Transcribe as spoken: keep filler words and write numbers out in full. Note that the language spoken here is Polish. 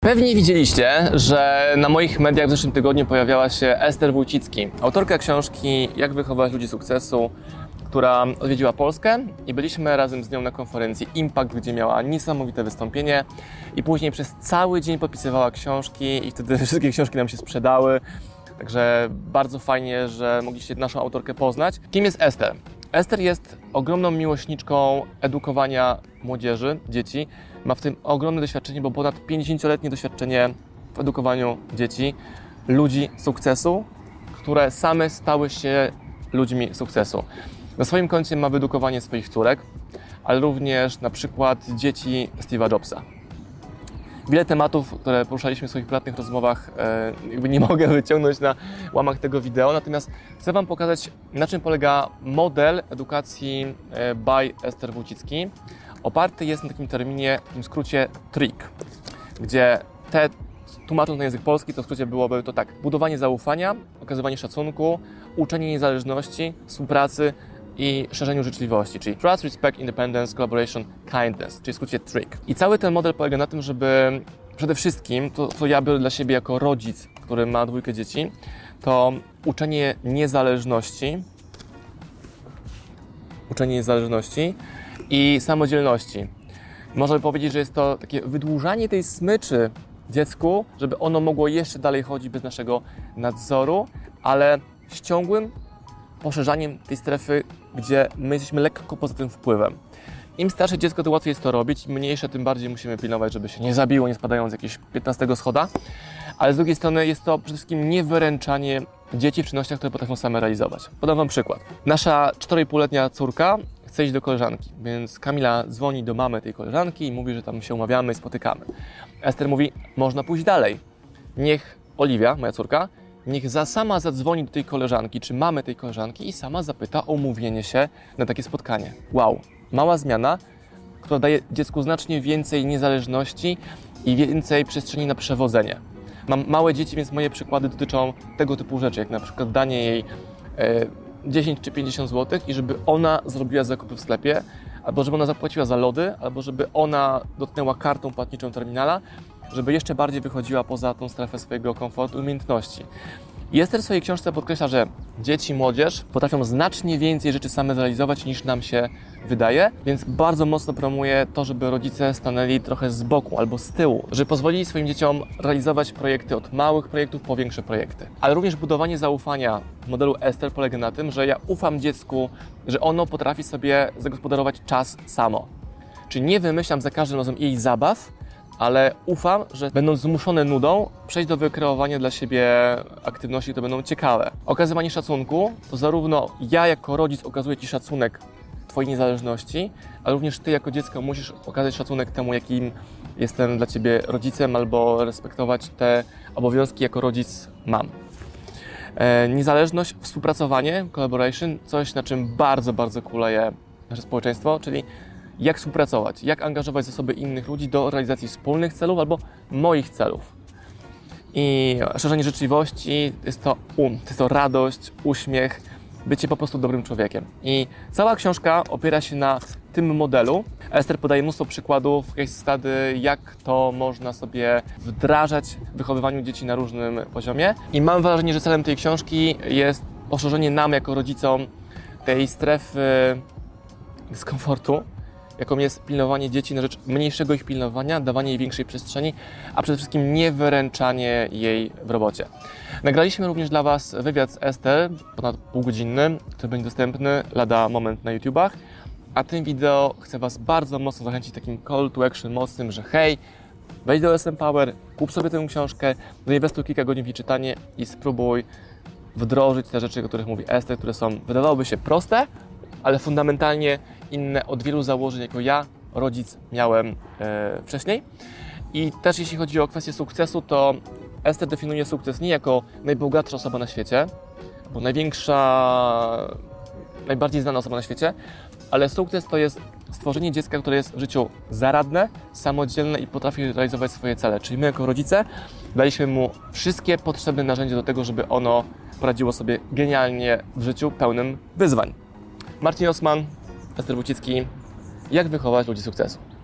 Pewnie widzieliście, że na moich mediach w zeszłym tygodniu pojawiała się Ester Wójcicki, autorka książki Jak wychować ludzi sukcesu, która odwiedziła Polskę i byliśmy razem z nią na konferencji Impact, gdzie miała niesamowite wystąpienie i później przez cały dzień podpisywała książki i wtedy wszystkie książki nam się sprzedały. Także bardzo fajnie, że mogliście naszą autorkę poznać. Kim jest Ester? Ester jest ogromną miłośniczką edukowania młodzieży, dzieci. Ma w tym ogromne doświadczenie, bo ponad pięćdziesięcioletnie doświadczenie w edukowaniu dzieci, ludzi sukcesu, które same stały się ludźmi sukcesu. Na swoim koncie ma wyedukowanie swoich córek, ale również na przykład dzieci Steve'a Jobsa. Wiele tematów, które poruszaliśmy w swoich prywatnych rozmowach, jakby nie mogę wyciągnąć na łamach tego wideo, natomiast chcę Wam pokazać, na czym polega model edukacji by Ester Wójcicki. Oparty jest na takim terminie, takim skrócie TRIC, gdzie te, tłumacząc na język polski, to w skrócie byłoby to tak: budowanie zaufania, okazywanie szacunku, uczenie niezależności, współpracy i szerzeniu życzliwości, czyli Trust, Respect, Independence, Collaboration, Kindness, czyli w skrócie TRIC. I cały ten model polega na tym, żeby przede wszystkim, to co ja biorę dla siebie jako rodzic, który ma dwójkę dzieci, to uczenie niezależności, uczenie niezależności i samodzielności. Można by powiedzieć, że jest to takie wydłużanie tej smyczy dziecku, żeby ono mogło jeszcze dalej chodzić bez naszego nadzoru, ale z ciągłym poszerzaniem tej strefy, gdzie my jesteśmy lekko poza tym wpływem. Im starsze dziecko, tym łatwiej jest to robić, im mniejsze, tym bardziej musimy pilnować, żeby się nie zabiło, nie spadając z jakiegoś piętnastego schoda. Ale z drugiej strony jest to przede wszystkim niewyręczanie dzieci w czynnościach, które potrafią same realizować. Podam Wam przykład. Nasza cztery i półletnia córka chce iść do koleżanki, więc Kamila dzwoni do mamy tej koleżanki i mówi, że tam się umawiamy i spotykamy. Ester mówi, można pójść dalej. Niech Oliwia, moja córka, niech za sama zadzwoni do tej koleżanki, czy mamy tej koleżanki i sama zapyta o umówienie się na takie spotkanie. Wow, mała zmiana, która daje dziecku znacznie więcej niezależności i więcej przestrzeni na przewodzenie. Mam małe dzieci, więc moje przykłady dotyczą tego typu rzeczy, jak na przykład danie jej e, dziesięć czy pięćdziesiąt złotych i żeby ona zrobiła zakupy w sklepie, albo żeby ona zapłaciła za lody, albo żeby ona dotknęła kartą płatniczą terminala, żeby jeszcze bardziej wychodziła poza tą strefę swojego komfortu i umiejętności. I Ester w swojej książce podkreśla, że dzieci, młodzież potrafią znacznie więcej rzeczy same zrealizować, niż nam się wydaje, więc bardzo mocno promuje to, żeby rodzice stanęli trochę z boku albo z tyłu, żeby pozwolili swoim dzieciom realizować projekty od małych projektów po większe projekty. Ale również budowanie zaufania w modelu Ester polega na tym, że ja ufam dziecku, że ono potrafi sobie zagospodarować czas samo. Czyli nie wymyślam za każdym razem jej zabaw, ale ufam, że będąc zmuszone nudą, przejść do wykreowania dla siebie aktywności, które będą ciekawe. Okazywanie szacunku to zarówno ja jako rodzic okazuję Ci szacunek Twojej niezależności, ale również Ty jako dziecko musisz okazać szacunek temu, jakim jestem dla Ciebie rodzicem, albo respektować te obowiązki jako rodzic mam. E, niezależność, współpracowanie, collaboration, coś na czym bardzo, bardzo kuleje nasze społeczeństwo, czyli jak współpracować, jak angażować zasoby innych ludzi do realizacji wspólnych celów albo moich celów. I szerzenie życzliwości jest to um, to jest to radość, uśmiech, bycie po prostu dobrym człowiekiem. I cała książka opiera się na tym modelu. Ester podaje mnóstwo przykładów, case study, jak to można sobie wdrażać w wychowywaniu dzieci na różnym poziomie. I mam wrażenie, że celem tej książki jest poszerzenie nam jako rodzicom tej strefy dyskomfortu, jaką jest pilnowanie dzieci na rzecz mniejszego ich pilnowania, dawanie jej większej przestrzeni, a przede wszystkim nie wyręczanie jej w robocie. Nagraliśmy również dla Was wywiad z Ester, ponad półgodzinny, który będzie dostępny lada moment na YouTubach, a tym wideo chcę Was bardzo mocno zachęcić takim call to action mocnym, że hej, wejdź do S M Power, kup sobie tę książkę, zainwestuj kilka godzin w jej czytanie i spróbuj wdrożyć te rzeczy, o których mówi Ester, które są, wydawałoby się proste, ale fundamentalnie inne od wielu założeń, jako ja, rodzic, miałem e, wcześniej. I też jeśli chodzi o kwestię sukcesu, to Ester definiuje sukces nie jako najbogatsza osoba na świecie, bo największa, najbardziej znana osoba na świecie, ale sukces to jest stworzenie dziecka, które jest w życiu zaradne, samodzielne i potrafi realizować swoje cele. Czyli my jako rodzice daliśmy mu wszystkie potrzebne narzędzia do tego, żeby ono poradziło sobie genialnie w życiu pełnym wyzwań. Marcin Osman, Ester Wójcicki, jak wychować ludzi sukcesu.